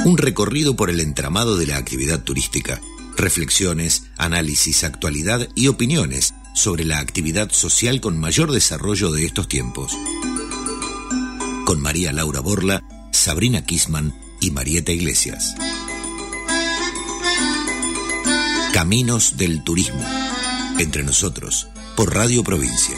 Un recorrido por el entramado de la actividad turística. Reflexiones, análisis, actualidad y opiniones sobre la actividad social con mayor desarrollo de estos tiempos. Con María Laura Borla, Sabrina Kisman y Marieta Iglesias. Caminos del Turismo. Entre nosotros, por Radio Provincia.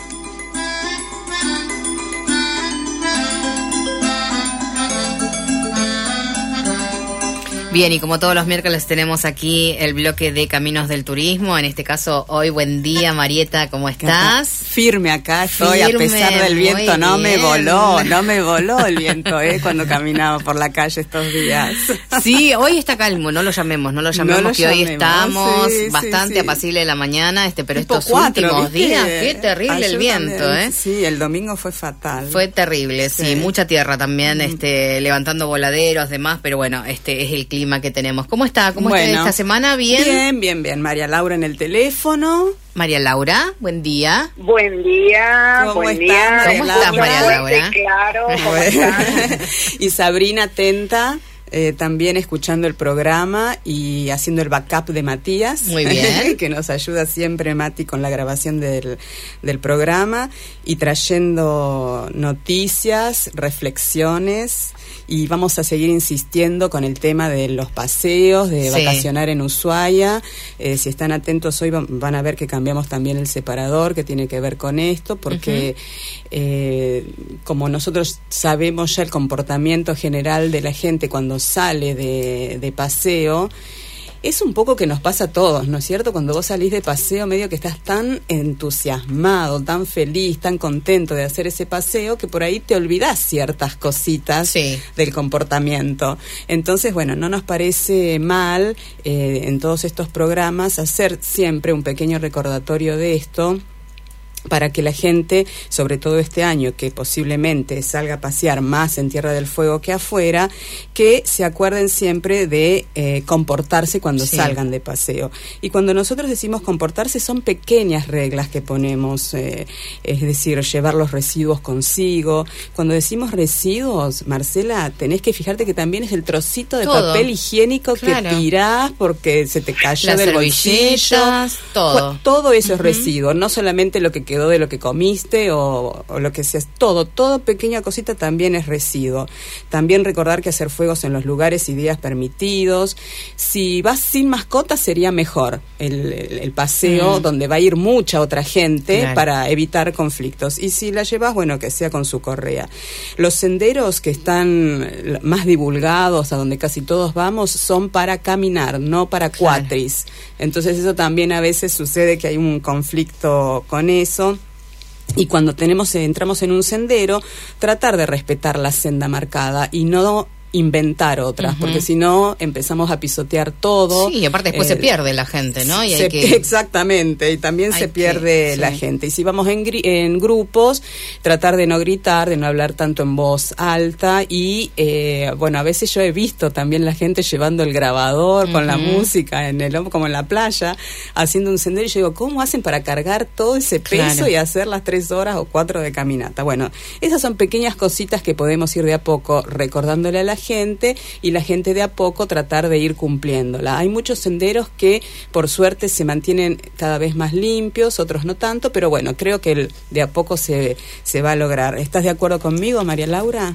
Bien, y como todos los miércoles tenemos aquí el bloque de Caminos del Turismo. En este caso, hoy, buen día, Marieta, ¿cómo estás? Firme acá estoy, a pesar del viento. No me voló el viento, cuando caminaba por la calle estos días. Sí, hoy está calmo, no lo llamemos, que hoy estamos bastante apacible de la mañana, pero tipo estos 4, últimos días, qué terrible el viento, Sí, el domingo fue fatal. Fue terrible, sí, mucha tierra también, levantando voladeros, demás, pero bueno, es el clima que tenemos. ¿Cómo está? ¿Cómo está esta semana? ¿Bien? Bien. María Laura en el teléfono. María Laura, buen día. Buen día. ¿Cómo estás, María Laura? Claro, ¿cómo estás? Y Sabrina atenta. También escuchando el programa y haciendo el backup de Matías. Muy bien. Que nos ayuda siempre, Mati, con la grabación del programa y trayendo noticias, reflexiones, y vamos a seguir insistiendo con el tema de los paseos, de vacacionar en Ushuaia. Si están atentos hoy van a ver que cambiamos también el separador que tiene que ver con esto, porque como nosotros sabemos ya el comportamiento general de la gente cuando sale de paseo, es un poco que nos pasa a todos, ¿no es cierto? Cuando vos salís de paseo, medio que estás tan entusiasmado, tan feliz, tan contento de hacer ese paseo, que por ahí te olvidás ciertas cositas del comportamiento. Entonces, bueno, no nos parece mal en todos estos programas hacer siempre un pequeño recordatorio de esto, para que la gente, sobre todo este año, que posiblemente salga a pasear más en Tierra del Fuego que afuera, que se acuerden siempre de comportarse cuando salgan de paseo. Y cuando nosotros decimos comportarse, son pequeñas reglas que ponemos, es decir, llevar los residuos consigo. Cuando decimos residuos, Marcela, tenés que fijarte que también es el trocito de papel higiénico que tirás porque se te cayó del bolsillo. Todo eso es residuo, no solamente lo que quedó de lo que comiste o lo que sea, todo pequeña cosita también es residuo. También recordar que hacer fuegos en los lugares y días permitidos. Si vas sin mascota sería mejor el paseo donde va a ir mucha otra gente para evitar conflictos, y si la llevas, bueno, que sea con su correa. Los senderos que están más divulgados, a donde casi todos vamos, son para caminar, no para cuatris. Entonces eso también a veces sucede que hay un conflicto con eso. Y cuando entramos en un sendero, tratar de respetar la senda marcada y no inventar otras, porque si no empezamos a pisotear todo. Sí, y aparte después se pierde la gente, ¿no? Y exactamente, y también se pierde la gente. Y si vamos en grupos, tratar de no gritar, de no hablar tanto en voz alta, y bueno, a veces yo he visto también la gente llevando el grabador con la música en el hombro, como en la playa, haciendo un sendero, y yo digo, ¿cómo hacen para cargar todo ese peso y hacer las 3 horas o 4 de caminata? Bueno, esas son pequeñas cositas que podemos ir de a poco recordándole a la gente, y la gente de a poco tratar de ir cumpliéndola. Hay muchos senderos que por suerte se mantienen cada vez más limpios, otros no tanto, pero bueno, creo que de a poco se va a lograr. ¿Estás de acuerdo conmigo, María Laura?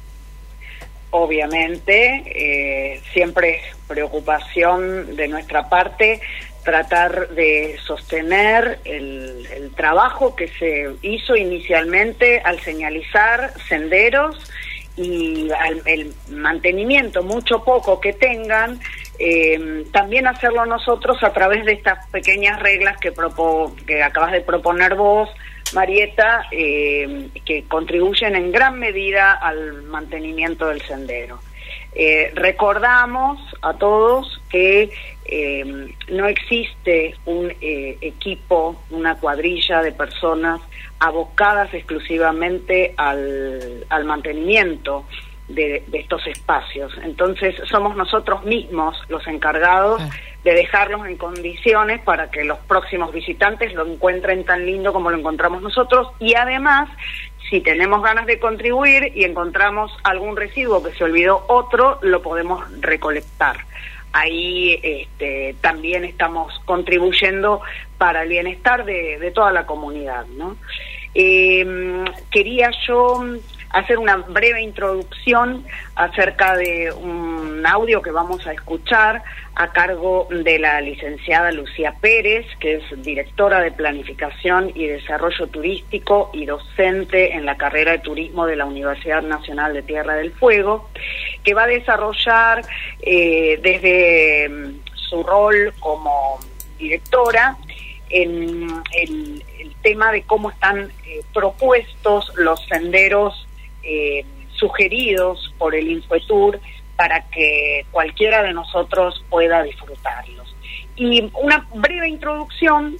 Obviamente, siempre es preocupación de nuestra parte tratar de sostener el trabajo que se hizo inicialmente al señalizar senderos, y el mantenimiento mucho poco que tengan, también hacerlo nosotros a través de estas pequeñas reglas que acabas de proponer vos, Marieta, que contribuyen en gran medida al mantenimiento del sendero. Recordamos a todos que no existe un equipo, una cuadrilla de personas abocadas exclusivamente al mantenimiento de estos espacios. Entonces somos nosotros mismos los encargados de dejarlos en condiciones para que los próximos visitantes lo encuentren tan lindo como lo encontramos nosotros, y además si tenemos ganas de contribuir y encontramos algún residuo que se olvidó otro, lo podemos recolectar. Ahí también estamos contribuyendo para el bienestar de toda la comunidad, ¿no? Quería yo hacer una breve introducción acerca de un audio que vamos a escuchar a cargo de la licenciada Lucía Pérez, que es directora de Planificación y Desarrollo Turístico y docente en la carrera de Turismo de la Universidad Nacional de Tierra del Fuego, que va a desarrollar desde su rol como directora en el tema de cómo están propuestos los senderos sugeridos por el Infotur para que cualquiera de nosotros pueda disfrutarlos. Y una breve introducción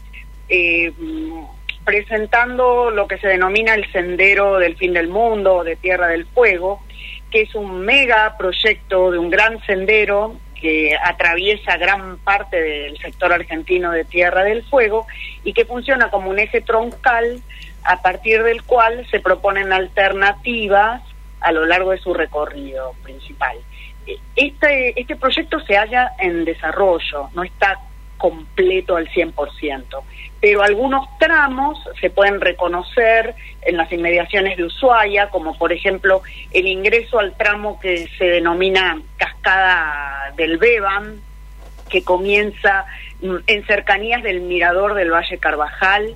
presentando lo que se denomina el Sendero del Fin del Mundo o de Tierra del Fuego, que es un mega proyecto de un gran sendero que atraviesa gran parte del sector argentino de Tierra del Fuego y que funciona como un eje troncal a partir del cual se proponen alternativas a lo largo de su recorrido principal. Este proyecto se halla en desarrollo, no está completo al 100%, pero algunos tramos se pueden reconocer en las inmediaciones de Ushuaia, como por ejemplo el ingreso al tramo que se denomina Cascada del Beban, que comienza en cercanías del mirador del Valle Carvajal,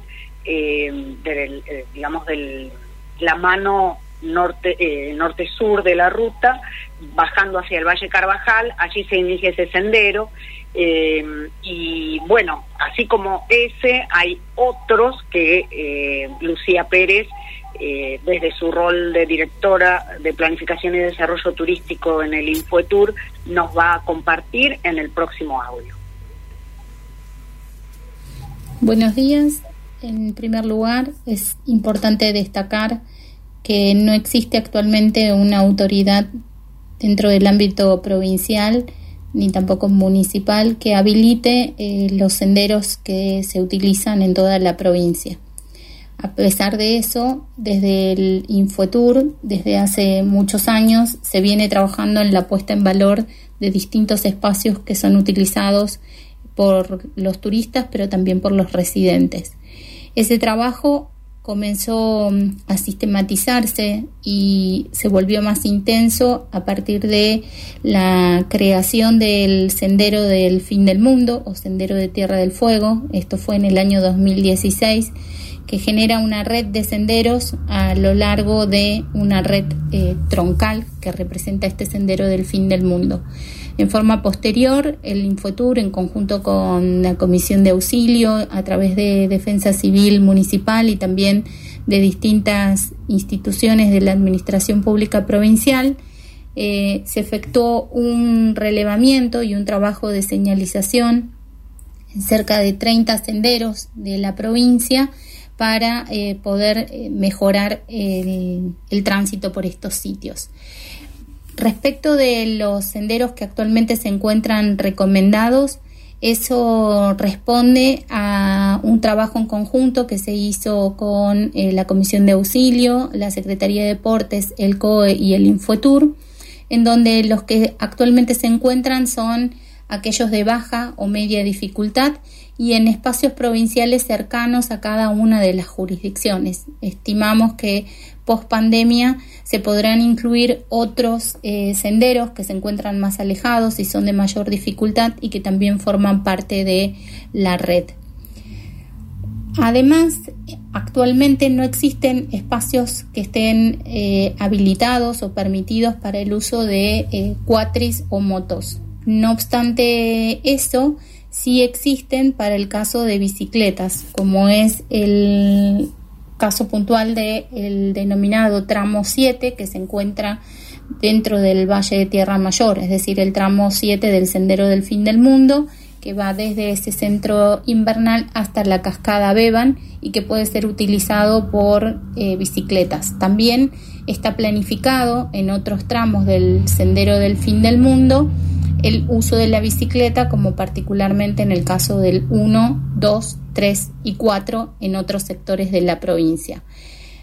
la mano norte-sur de la ruta, bajando hacia el Valle Carvajal. Allí se inicia ese sendero, y bueno, así como ese, hay otros que Lucía Pérez, desde su rol de directora de Planificación y Desarrollo Turístico en el Infotur, nos va a compartir en el próximo audio. Buenos días. En primer lugar, es importante destacar que no existe actualmente una autoridad dentro del ámbito provincial ni tampoco municipal que habilite los senderos que se utilizan en toda la provincia. A pesar de eso, desde el Infotur, desde hace muchos años, se viene trabajando en la puesta en valor de distintos espacios que son utilizados por los turistas, pero también por los residentes. Ese trabajo comenzó a sistematizarse y se volvió más intenso a partir de la creación del Sendero del Fin del Mundo o Sendero de Tierra del Fuego. Esto fue en el año 2016, que genera una red de senderos a lo largo de una red troncal que representa este Sendero del Fin del Mundo. En forma posterior, el Infotur, en conjunto con la Comisión de Auxilio, a través de Defensa Civil Municipal y también de distintas instituciones de la Administración Pública Provincial, se efectuó un relevamiento y un trabajo de señalización en cerca de 30 senderos de la provincia para poder mejorar el tránsito por estos sitios. Respecto de los senderos que actualmente se encuentran recomendados, eso responde a un trabajo en conjunto que se hizo con la Comisión de Auxilio, la Secretaría de Deportes, el COE y el Infotur, en donde los que actualmente se encuentran son aquellos de baja o media dificultad y en espacios provinciales cercanos a cada una de las jurisdicciones. Estimamos que post pandemia se podrán incluir otros senderos que se encuentran más alejados y son de mayor dificultad y que también forman parte de la red. Además, actualmente no existen espacios que estén habilitados o permitidos para el uso de cuatris o motos. No obstante eso, sí existen para el caso de bicicletas, como es el caso puntual del denominado tramo 7, que se encuentra dentro del Valle de Tierra Mayor, es decir, el tramo 7 del Sendero del Fin del Mundo, que va desde ese centro invernal hasta la Cascada Beban y que puede ser utilizado por bicicletas. También está planificado en otros tramos del Sendero del Fin del Mundo el uso de la bicicleta, como particularmente en el caso del 1, 2, 3 y 4 en otros sectores de la provincia.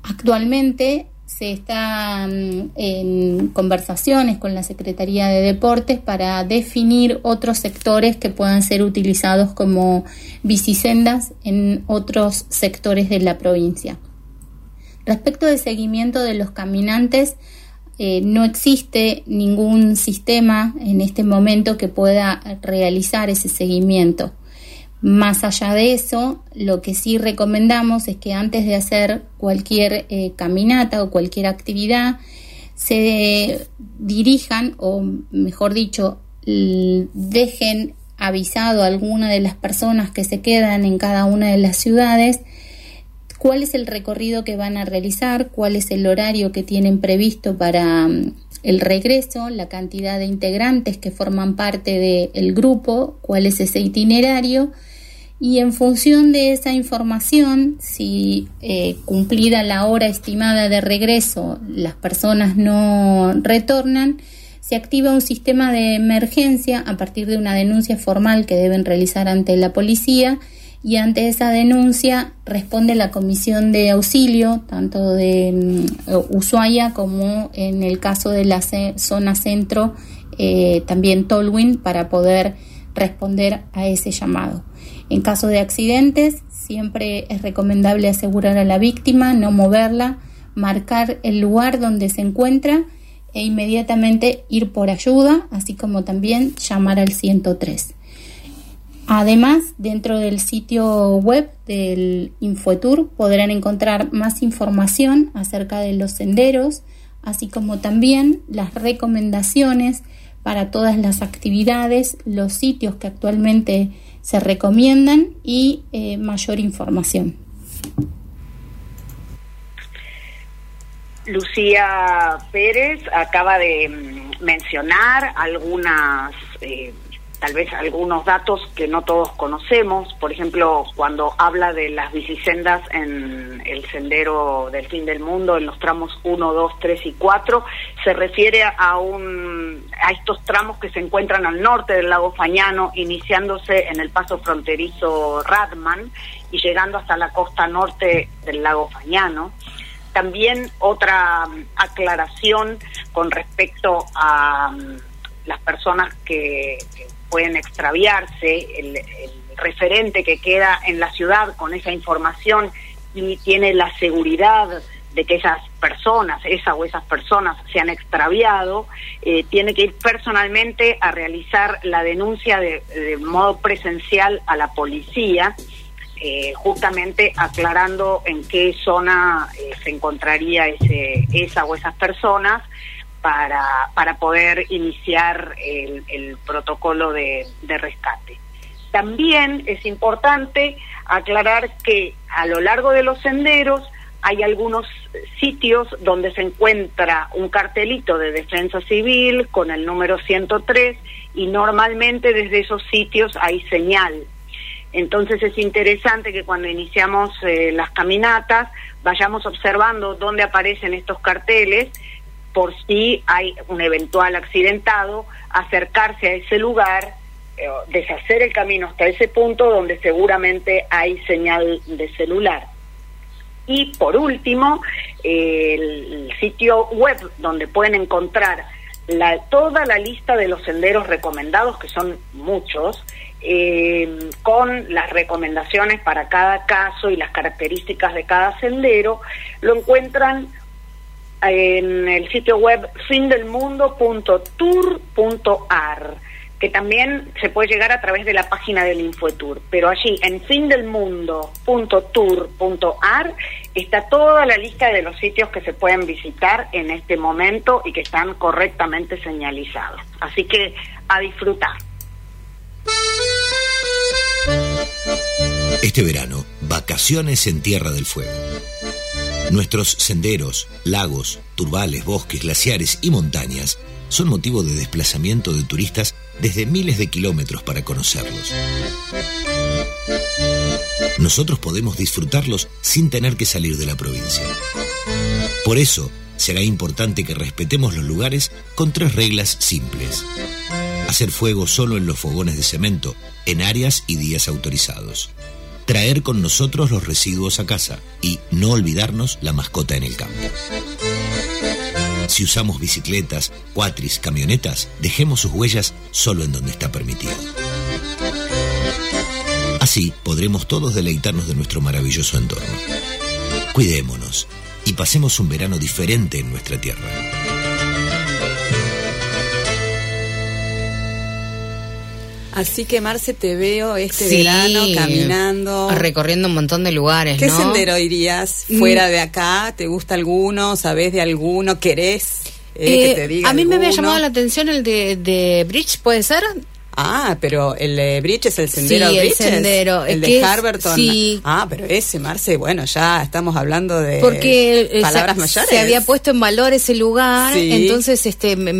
Actualmente se está en conversaciones con la Secretaría de Deportes para definir otros sectores que puedan ser utilizados como bicisendas en otros sectores de la provincia. Respecto del seguimiento de los caminantes, no existe ningún sistema en este momento que pueda realizar ese seguimiento. Más allá de eso, lo que sí recomendamos es que antes de hacer cualquier caminata o cualquier actividad, se dirijan, o mejor dicho, dejen avisado a alguna de las personas que se quedan en cada una de las ciudades cuál es el recorrido que van a realizar, cuál es el horario que tienen previsto para el regreso, la cantidad de integrantes que forman parte del grupo, cuál es ese itinerario, y en función de esa información, si cumplida la hora estimada de regreso, las personas no retornan, se activa un sistema de emergencia a partir de una denuncia formal que deben realizar ante la policía, y ante esa denuncia responde la comisión de auxilio, tanto de Ushuaia como en el caso de la zona centro, también Tolwyn, para poder responder a ese llamado. En caso de accidentes, siempre es recomendable asegurar a la víctima, no moverla, marcar el lugar donde se encuentra e inmediatamente ir por ayuda, así como también llamar al 103. Además, dentro del sitio web del Infoetour podrán encontrar más información acerca de los senderos, así como también las recomendaciones para todas las actividades, los sitios que actualmente se recomiendan y mayor información. Lucía Pérez acaba de mencionar algunas tal vez algunos datos que no todos conocemos. Por ejemplo, cuando habla de las bicisendas en el sendero del fin del mundo, en los tramos 1, 2, 3 y 4, se refiere a estos tramos que se encuentran al norte del lago Fagnano, iniciándose en el paso fronterizo Radman y llegando hasta la costa norte del lago Fagnano. También otra aclaración con respecto a las personas que pueden extraviarse, el referente que queda en la ciudad con esa información y tiene la seguridad de que esa o esas personas se han extraviado, tiene que ir personalmente a realizar la denuncia de modo presencial a la policía, justamente aclarando en qué zona se encontraría esa o esas personas, para poder iniciar el protocolo de rescate. También es importante aclarar que a lo largo de los senderos hay algunos sitios donde se encuentra un cartelito de defensa civil con el número 103 y normalmente desde esos sitios hay señal. Entonces es interesante que cuando iniciamos las caminatas vayamos observando dónde aparecen estos carteles, por si hay un eventual accidentado, acercarse a ese lugar, deshacer el camino hasta ese punto donde seguramente hay señal de celular. Y por último, el sitio web donde pueden encontrar toda la lista de los senderos recomendados, que son muchos, con las recomendaciones para cada caso y las características de cada sendero, lo encuentran en el sitio web findelmundo.tour.ar, que también se puede llegar a través de la página del Infoetour, pero allí en findelmundo.tour.ar está toda la lista de los sitios que se pueden visitar en este momento y que están correctamente señalizados. Así que a disfrutar. Este verano, vacaciones en Tierra del Fuego. Nuestros senderos, lagos, turbales, bosques, glaciares y montañas son motivo de desplazamiento de turistas desde miles de kilómetros para conocerlos. Nosotros podemos disfrutarlos sin tener que salir de la provincia. Por eso, será importante que respetemos los lugares con 3 reglas simples. Hacer fuego solo en los fogones de cemento, en áreas y días autorizados. traer con nosotros los residuos a casa y no olvidarnos la mascota en el campo. Si usamos bicicletas, cuatris, camionetas, dejemos sus huellas solo en donde está permitido. Así podremos todos deleitarnos de nuestro maravilloso entorno. Cuidémonos y pasemos un verano diferente en nuestra tierra. Así que, Marce, te veo verano caminando, recorriendo un montón de lugares, ¿Qué sendero irías fuera de acá? ¿Te gusta alguno? ¿Sabés de alguno? ¿Querés que te diga a mí alguno? Me había llamado la atención el de Bridge, ¿puede ser? Ah, pero el Bridge es el sendero sí, Bridges, el sendero. El de Harberton. Sí. Ah, pero ese, Marce, bueno, ya estamos hablando de palabras mayores. Se había puesto en valor ese lugar, entonces es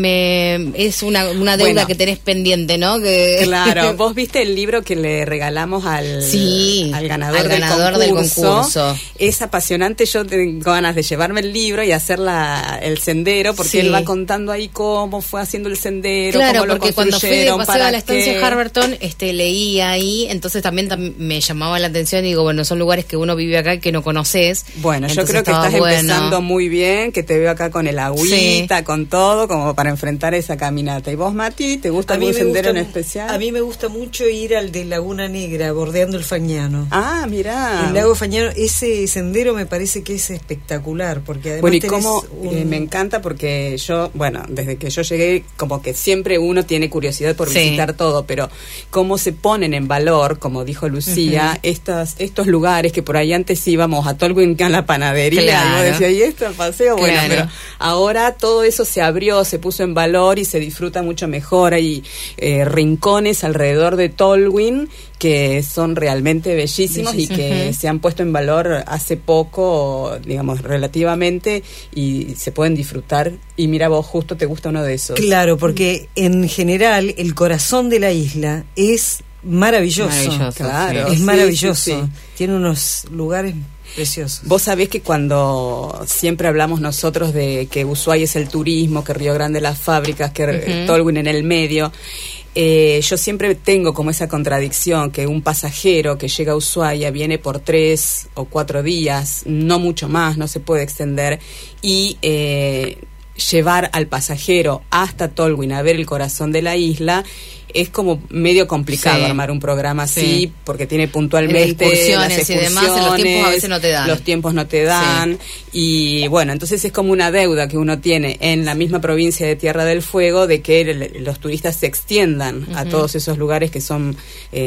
una deuda que tenés pendiente, ¿no? Claro, vos viste el libro que le regalamos al ganador del concurso. Es apasionante, yo tengo ganas de llevarme el libro y hacer el sendero, porque él va contando ahí cómo fue haciendo el sendero, cómo lo construyeron, cuando fui de paseo a la estancia Harberton, leía ahí, entonces también me llamaba la atención y digo, bueno, son lugares que uno vive acá y que no conoces. Bueno, yo creo que estás empezando muy bien, que te veo acá con el agüita, con todo, como para enfrentar esa caminata. ¿Y vos, Mati, te gusta algún sendero en especial? A mí me gusta mucho ir al de Laguna Negra, bordeando el Fañano. Ah, mirá. El lago Fañano, ese sendero me parece que es espectacular, porque además bueno, y cómo me encanta, porque yo, desde que yo llegué, como que siempre uno tiene curiosidad por visitar todo, pero cómo se ponen en valor, como dijo Lucía, estos lugares que por ahí antes íbamos a Tolwyn a la panadería, y vos decías, ¿y esto el paseo? Bueno, pero ahora todo eso se abrió, se puso en valor y se disfruta mucho mejor. Hay rincones alrededor de Tolwyn que son realmente bellísimos y que se han puesto en valor hace poco, digamos, relativamente, y se pueden disfrutar. Y mira, vos justo te gusta uno de esos. Claro, porque en general el corazón de la isla es maravilloso. Claro, es maravilloso. Tiene unos lugares preciosos. Vos sabés que cuando siempre hablamos nosotros de que Ushuaia es el turismo, que Río Grande las fábricas, que Tolwyn en el medio, yo siempre tengo como esa contradicción, que un pasajero que llega a Ushuaia viene por 3 o 4 días, no mucho más, no se puede extender, y llevar al pasajero hasta Tolwyn a ver el corazón de la isla es como medio complicado armar un programa así, porque tiene puntualmente las excursiones y demás, los tiempos a veces no te dan. Los tiempos no te dan, y bueno, entonces es como una deuda que uno tiene en la misma provincia de Tierra del Fuego, de que los turistas se extiendan a todos esos lugares que son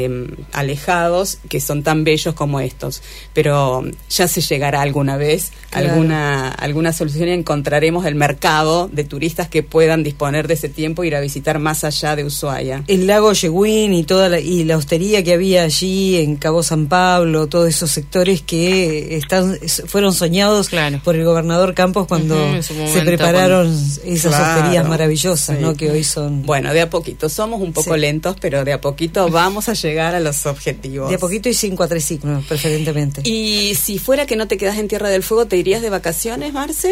alejados, que son tan bellos como estos. Pero ya se llegará alguna vez, alguna solución, y encontraremos el mercado de turistas que puedan disponer de ese tiempo e ir a visitar más allá de Ushuaia. El lago Yeguín y la hostería que había allí en Cabo San Pablo, todos esos sectores que fueron soñados por el gobernador Campos cuando se prepararon esas hosterías maravillosas, ¿no? Que hoy son... Bueno, de a poquito, somos un poco lentos, pero de a poquito vamos a llegar a los objetivos. De a poquito y sin cuatriciclos, preferentemente. Y si fuera que no te quedas en Tierra del Fuego, ¿te irías de vacaciones, Marce?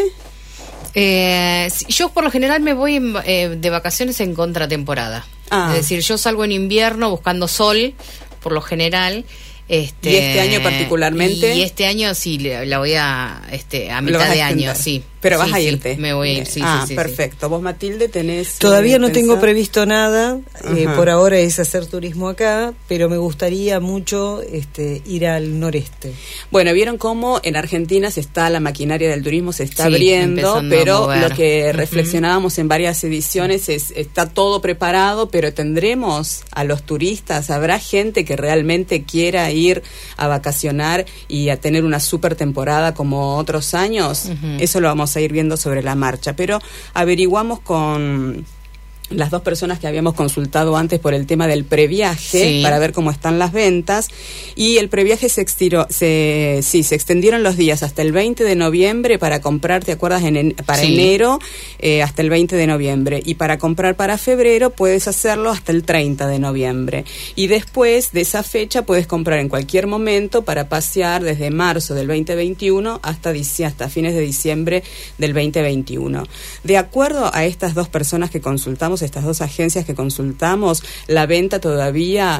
Yo por lo general me voy de vacaciones en contratemporada. Es decir, yo salgo en invierno buscando sol, por lo general. ¿Y este año particularmente? Y este año sí, la voy a mitad de año, sí. Pero vas a irte. Me voy a ir, sí. Perfecto. Sí. ¿Vos, Matilde, tenés...? Todavía no tengo previsto nada. Por ahora es hacer turismo acá, pero me gustaría mucho ir al noreste. Bueno, vieron cómo en Argentina la maquinaria del turismo se está abriendo, pero lo que reflexionábamos en varias ediciones está todo preparado, pero tendremos a los turistas, habrá gente que realmente quiera ir a vacacionar y a tener una super temporada como otros años. Eso lo vamos a ir viendo sobre la marcha, pero averiguamos con las 2 personas que habíamos consultado antes por el tema del previaje, para ver cómo están las ventas, y el previaje se extendieron los días hasta el 20 de noviembre para comprar, ¿te acuerdas? Para enero, hasta el 20 de noviembre, y para comprar para febrero puedes hacerlo hasta el 30 de noviembre, y después de esa fecha puedes comprar en cualquier momento para pasear desde marzo del 2021 hasta fines de diciembre del 2021. De acuerdo a estas 2 personas que consultamos, estas 2 agencias que consultamos, la venta todavía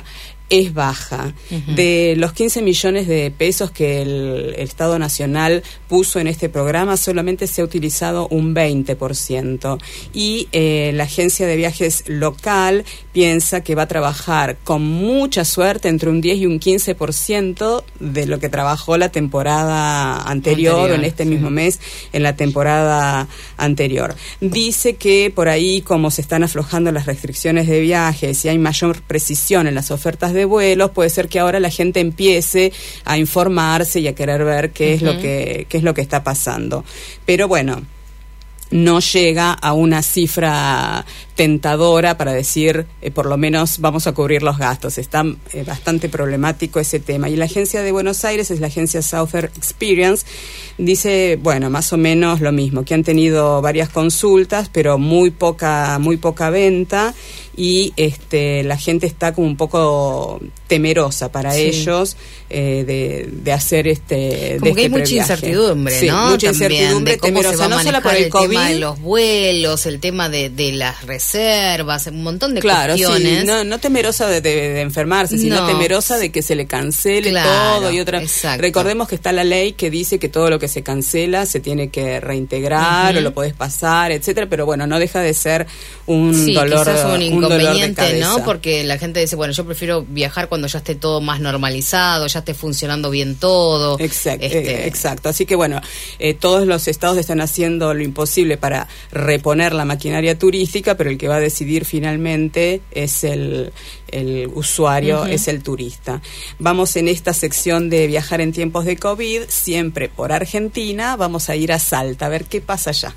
es baja. De los 15 millones de pesos que el Estado Nacional puso en este programa, solamente se ha utilizado un 20%. Y la agencia de viajes local piensa que va a trabajar con mucha suerte entre un 10 y un 15% de lo que trabajó la temporada anterior o en este mismo mes, en la temporada anterior. Dice que por ahí, como se están aflojando las restricciones de viajes y hay mayor precisión en las ofertas de vuelos, puede ser que ahora la gente empiece a informarse y a querer ver qué es lo que está pasando. Pero bueno, no llega a una cifra tentadora para decir, por lo menos vamos a cubrir los gastos. Está bastante problemático ese tema. Y la agencia de Buenos Aires, es la agencia Southern Experience, dice, bueno, más o menos lo mismo, que han tenido varias consultas, pero muy poca venta, y la gente está como un poco temerosa para ellos de hacer como que hay mucha incertidumbre, ¿no? Mucha también, incertidumbre, de cómo temerosa, se va a no solo por el manejar COVID, tema de los vuelos, el tema de las reservas, un montón de cuestiones. Sí, no temerosa de enfermarse, sino temerosa de que se le cancele todo y otra. Exacto. Recordemos que está la ley que dice que todo lo que se cancela se tiene que reintegrar o lo podés pasar, etcétera, pero bueno, no deja de ser un dolor, quizás un inconveniente, dolor de cabeza, ¿no? Porque la gente dice, bueno, yo prefiero viajar cuando ya esté todo más normalizado, ya esté funcionando bien todo. Exacto. Así que bueno, todos los estados están haciendo lo imposible para reponer la maquinaria turística, pero el que va a decidir finalmente es el usuario, es el turista. Vamos en esta sección de viajar en tiempos de COVID, siempre por Argentina, vamos a ir a Salta, a ver qué pasa allá.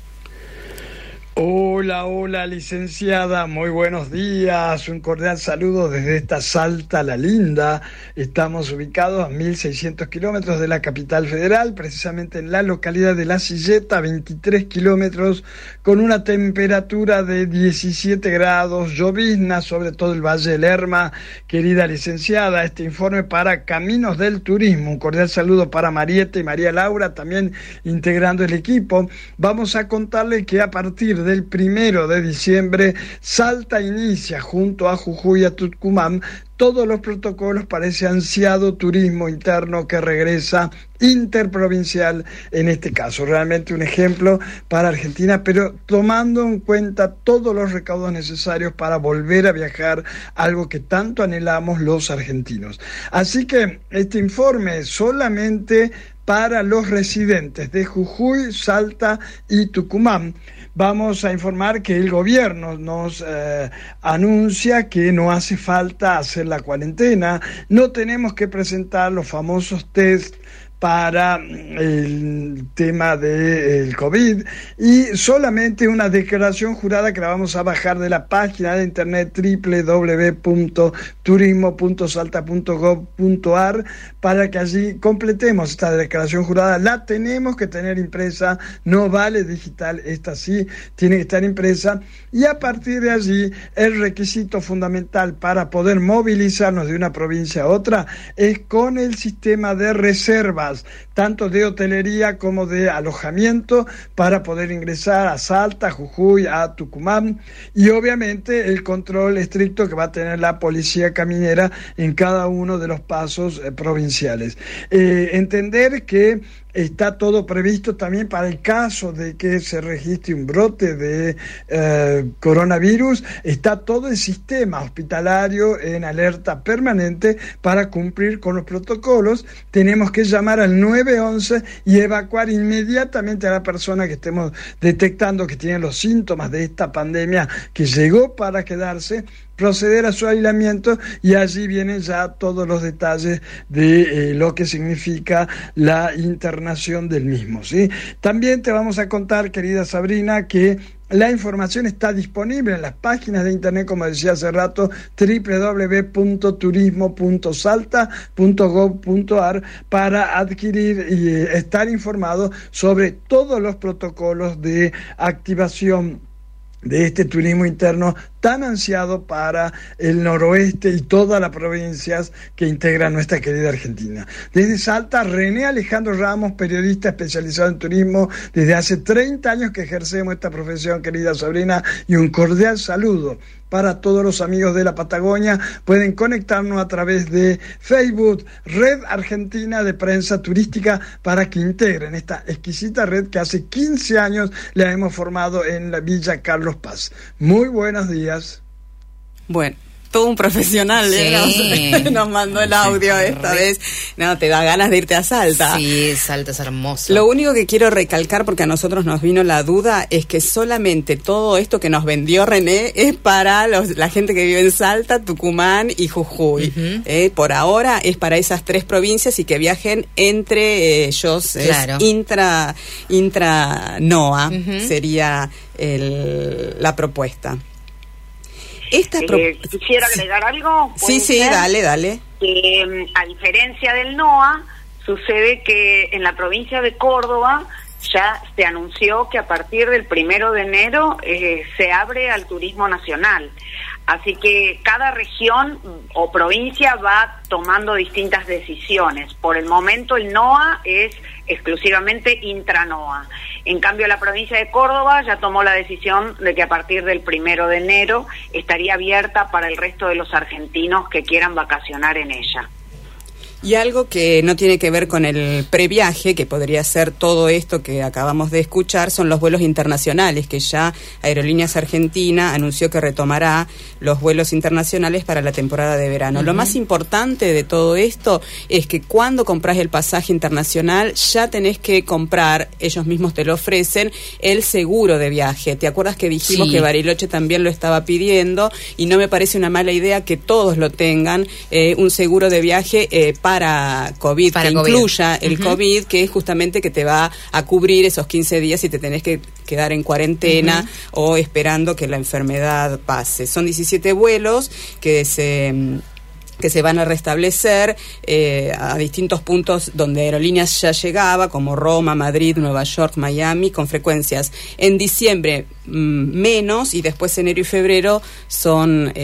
Hola, licenciada, muy buenos días, un cordial saludo desde esta Salta la Linda. Estamos ubicados a 1.600 kilómetros de la capital federal, precisamente en la localidad de La Silleta, 23 kilómetros, con una temperatura de 17 grados, llovizna sobre todo el Valle del Lerma. Querida licenciada, este informe para Caminos del Turismo, un cordial saludo para Marieta y María Laura, también integrando el equipo. Vamos a contarle que a partir del 1 de diciembre, Salta inicia junto a Jujuy y a Tucumán todos los protocolos para ese ansiado turismo interno que regresa, interprovincial en este caso. Realmente un ejemplo para Argentina, pero tomando en cuenta todos los recaudos necesarios para volver a viajar, algo que tanto anhelamos los argentinos. Así que este informe es solamente para los residentes de Jujuy, Salta y Tucumán. Vamos a informar que el gobierno nos anuncia que no hace falta hacer la cuarentena, no tenemos que presentar los famosos test para el tema del COVID, y solamente una declaración jurada que la vamos a bajar de la página de internet www.turismo.salta.gov.ar para que allí completemos esta declaración jurada. La tenemos que tener impresa, no vale digital, esta sí tiene que estar impresa, y a partir de allí el requisito fundamental para poder movilizarnos de una provincia a otra es con el sistema de reservas, tanto de hotelería como de alojamiento, para poder ingresar a Salta, a Jujuy, a Tucumán, y obviamente el control estricto que va a tener la policía caminera en cada uno de los pasos provinciales. Entender que está todo previsto también para el caso de que se registre un brote de coronavirus. Está todo el sistema hospitalario en alerta permanente para cumplir con los protocolos. Tenemos que llamar al 911 y evacuar inmediatamente a la persona que estemos detectando que tiene los síntomas de esta pandemia que llegó para quedarse, proceder a su aislamiento, y allí vienen ya todos los detalles de lo que significa la internación del mismo, ¿sí? También te vamos a contar, querida Sabrina, que la información está disponible en las páginas de internet, como decía hace rato, www.turismo.salta.gov.ar, para adquirir y estar informado sobre todos los protocolos de activación de este turismo interno tan ansiado para el noroeste y todas las provincias que integran nuestra querida Argentina. Desde Salta, René Alejandro Ramos, periodista especializado en turismo, desde hace 30 años que ejercemos esta profesión, querida Sabrina, y un cordial saludo para todos los amigos de la Patagonia. Pueden conectarnos a través de Facebook, Red Argentina de Prensa Turística, para que integren esta exquisita red que hace 15 años la hemos formado en la Villa Carlos Paz. Muy buenos días. Bueno, todo un profesional, nos mandó el audio esta vez. No, te da ganas de irte a Salta. Sí, Salta es hermoso. Lo único que quiero recalcar, porque a nosotros nos vino la duda, es que solamente todo esto que nos vendió René es para la gente que vive en Salta, Tucumán y Jujuy. Por ahora es para esas 3 provincias y que viajen entre ellos. Claro. Es intra-NOA sería la propuesta. Quisiera agregar algo. Sí, dale. Que a diferencia del NOA, sucede que en la provincia de Córdoba ya se anunció que a partir del 1 de enero se abre al turismo nacional. Así que cada región o provincia va tomando distintas decisiones. Por el momento el NOA es exclusivamente intra-NOA. En cambio la provincia de Córdoba ya tomó la decisión de que a partir del 1 de enero estaría abierta para el resto de los argentinos que quieran vacacionar en ella. Y algo que no tiene que ver con el previaje, que podría ser todo esto que acabamos de escuchar, son los vuelos internacionales, que ya Aerolíneas Argentina anunció que retomará los vuelos internacionales para la temporada de verano. Lo más importante de todo esto es que cuando compras el pasaje internacional ya tenés que comprar, ellos mismos te lo ofrecen, el seguro de viaje. ¿Te acuerdas que dijimos que Bariloche también lo estaba pidiendo? Y no me parece una mala idea que todos lo tengan, un seguro de viaje para COVID, que incluya el COVID, que es justamente que te va a cubrir esos 15 días y te tenés que quedar en cuarentena o esperando que la enfermedad pase. Son 17 vuelos que se van a restablecer a distintos puntos donde Aerolíneas ya llegaba, como Roma, Madrid, Nueva York, Miami, con frecuencias en diciembre menos, y después enero y febrero son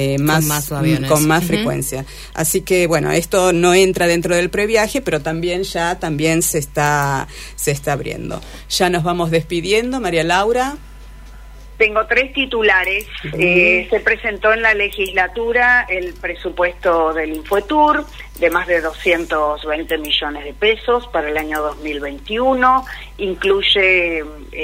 con más frecuencia. Así que bueno, esto no entra dentro del previaje, pero también se está abriendo. Ya nos vamos despidiendo, María Laura. Tengo 3 titulares. Se presentó en la legislatura el presupuesto del Infotur de más de 220 millones de pesos para el año 2021. Incluye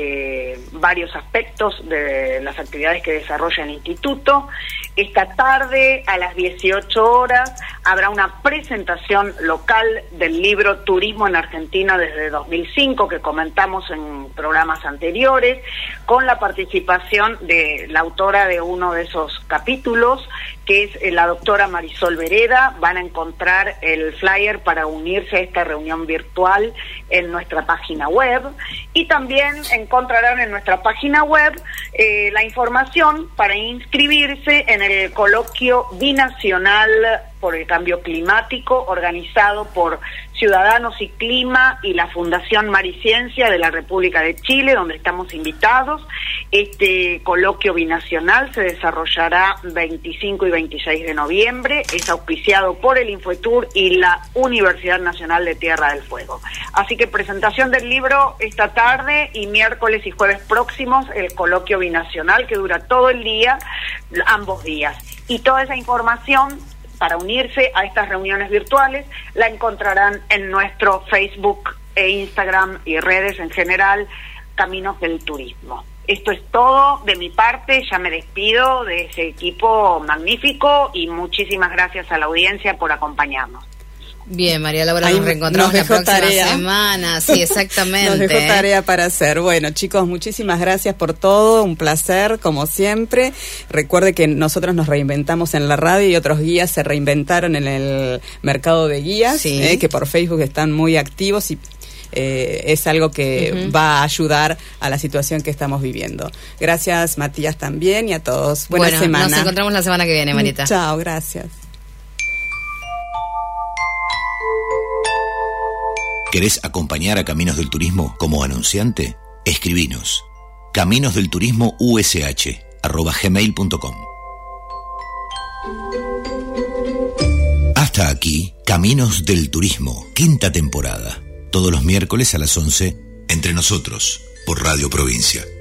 varios aspectos de las actividades que desarrolla el instituto. Esta tarde, a las 18 horas, habrá una presentación local del libro Turismo en Argentina desde 2005, que comentamos en programas anteriores, con la participación de la autora de uno de esos capítulos, que es la doctora Marisol Vereda. Van a encontrar el flyer para unirse a esta reunión virtual en nuestra página web, y también encontrarán en nuestra página web la información para inscribirse en el coloquio binacional por el cambio climático organizado por Ciudadanos y Clima y la Fundación Mar y Ciencia de la República de Chile, donde estamos invitados. Este coloquio binacional se desarrollará 25 y 26 de noviembre, es auspiciado por el Infotur y la Universidad Nacional de Tierra del Fuego. Así que presentación del libro esta tarde, y miércoles y jueves próximos el coloquio binacional, que dura todo el día, ambos días. Y toda esa información para unirse a estas reuniones virtuales la encontrarán en nuestro Facebook e Instagram y redes en general, Caminos del Turismo. Esto es todo de mi parte, ya me despido de ese equipo magnífico y muchísimas gracias a la audiencia por acompañarnos. Bien, María Laura, nos reencontramos la próxima semana. Sí, exactamente. Nos dejó tarea para hacer. Bueno, chicos, muchísimas gracias por todo, un placer, como siempre. Recuerde que nosotros nos reinventamos en la radio y otros guías se reinventaron en el mercado de guías, que por Facebook están muy activos, y es algo que va a ayudar a la situación que estamos viviendo. Gracias, Matías, también, y a todos. Buena semana. Nos encontramos la semana que viene, Marita. Chao, gracias. ¿Querés acompañar a Caminos del Turismo como anunciante? Escribinos caminosdelturismoush@gmail.com. Hasta aquí, Caminos del Turismo, 5ª temporada. Todos los miércoles a las 11, entre nosotros, por Radio Provincia.